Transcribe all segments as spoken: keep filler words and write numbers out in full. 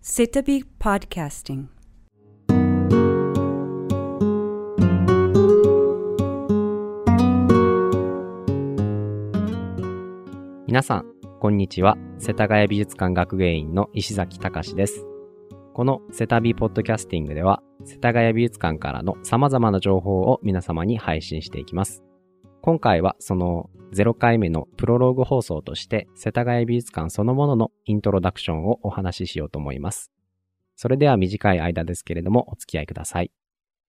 Sitabi Podcasting。 皆さん、こんにちは。世田谷美術館学芸員の石崎隆です。このセタビポッドキャスティングでは、世田谷美術館からの様々な情報を皆様に配信していきます。今回はそのゼロかいめのプロローグ放送として、世田谷美術館そのもののイントロダクションをお話ししようと思います。それでは短い間ですけれどもお付き合いください。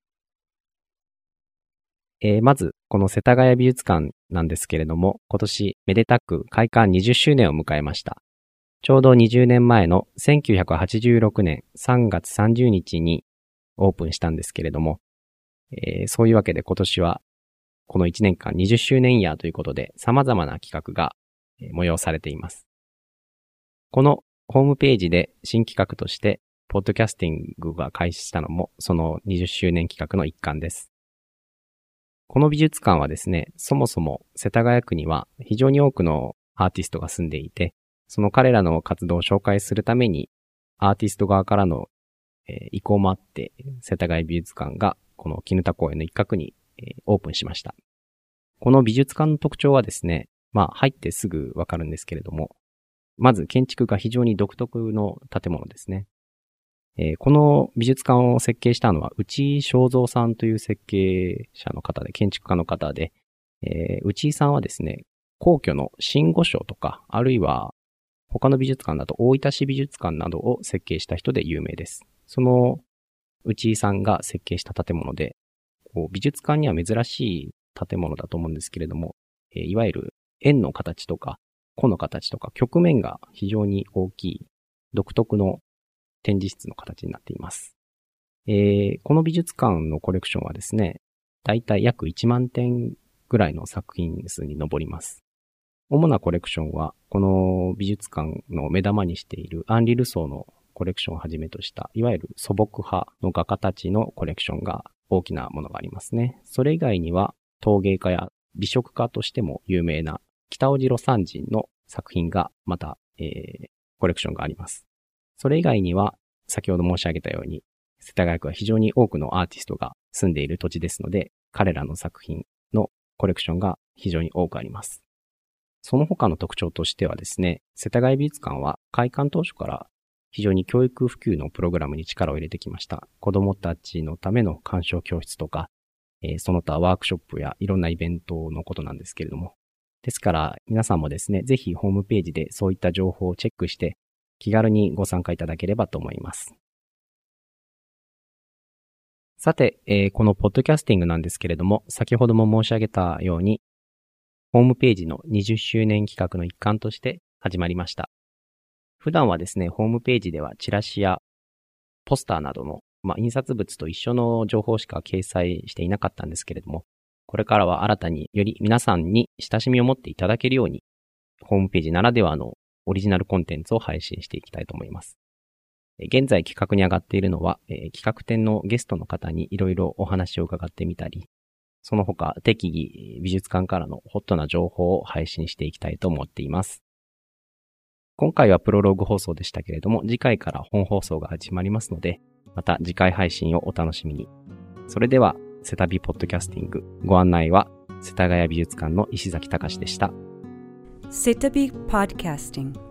えー、まず、この世田谷美術館なんですけれども、今年めでたく開館にじゅっしゅうねんを迎えました。ちょうどにじゅうねんまえのせんきゅうひゃくはちじゅうろくねんさんがつさんじゅうにちにオープンしたんですけれども、えー、そういうわけで今年はこのいちねんかんにじゅっしゅうねんイヤーということで様々な企画が催されています。このホームページで新企画としてポッドキャスティングが開始したのもそのにじゅっしゅうねん企画の一環です。この美術館はですね、そもそも世田谷区には非常に多くのアーティストが住んでいて、その彼らの活動を紹介するためにアーティスト側からの意向もあって世田谷美術館がこの砧公園の一角にオープンしました。この美術館の特徴はですね、まあ入ってすぐわかるんですけれども、まず建築が非常に独特の建物ですね。えー、この美術館を設計したのは内井正蔵さんという設計者の方で、建築家の方で、えー、内井さんはですね、皇居の新御所とか、あるいは他の美術館だと大分市美術館などを設計した人で有名です。その内井さんが設計した建物で、こう美術館には珍しい建物だと思うんですけれども、えー、いわゆる円の形とか弧の形とか曲面が非常に大きい独特の展示室の形になっています。えー、この美術館のコレクションはですね、だいたい約いちまんてんぐらいの作品数に上ります。主なコレクションは、この美術館の目玉にしているアンリ・ルソーのコレクションをはじめとした、いわゆる素朴派の画家たちのコレクションが大きなものがありますね。それ以外には陶芸家や美食家としても有名な北尾路三人の作品がまた、えー、コレクションがあります。それ以外には先ほど申し上げたように世田谷区は非常に多くのアーティストが住んでいる土地ですので、彼らの作品のコレクションが非常に多くあります。その他の特徴としてはですね、世田谷美術館は開館当初から非常に教育普及のプログラムに力を入れてきました。子どもたちのための鑑賞教室とか、えー、その他ワークショップやいろんなイベントのことなんですけれども。ですから皆さんもですね、ぜひホームページでそういった情報をチェックして気軽にご参加いただければと思います。さて、えー、このポッドキャスティングなんですけれども、先ほども申し上げたように、ホームページのにじゅっしゅうねん企画の一環として始まりました。普段はですね、ホームページではチラシやポスターなどの、まあ、印刷物と一緒の情報しか掲載していなかったんですけれども、これからは新たにより皆さんに親しみを持っていただけるように、ホームページならではのオリジナルコンテンツを配信していきたいと思います。現在企画に上がっているのは、えー、企画展のゲストの方にいろいろお話を伺ってみたり、その他適宜美術館からのホットな情報を配信していきたいと思っています。今回はプロローグ放送でしたけれども、次回から本放送が始まりますので、また次回配信をお楽しみに。それでは、セタビポッドキャスティング、ご案内は世田谷美術館の石崎隆でした。 Sitabi Podcasting。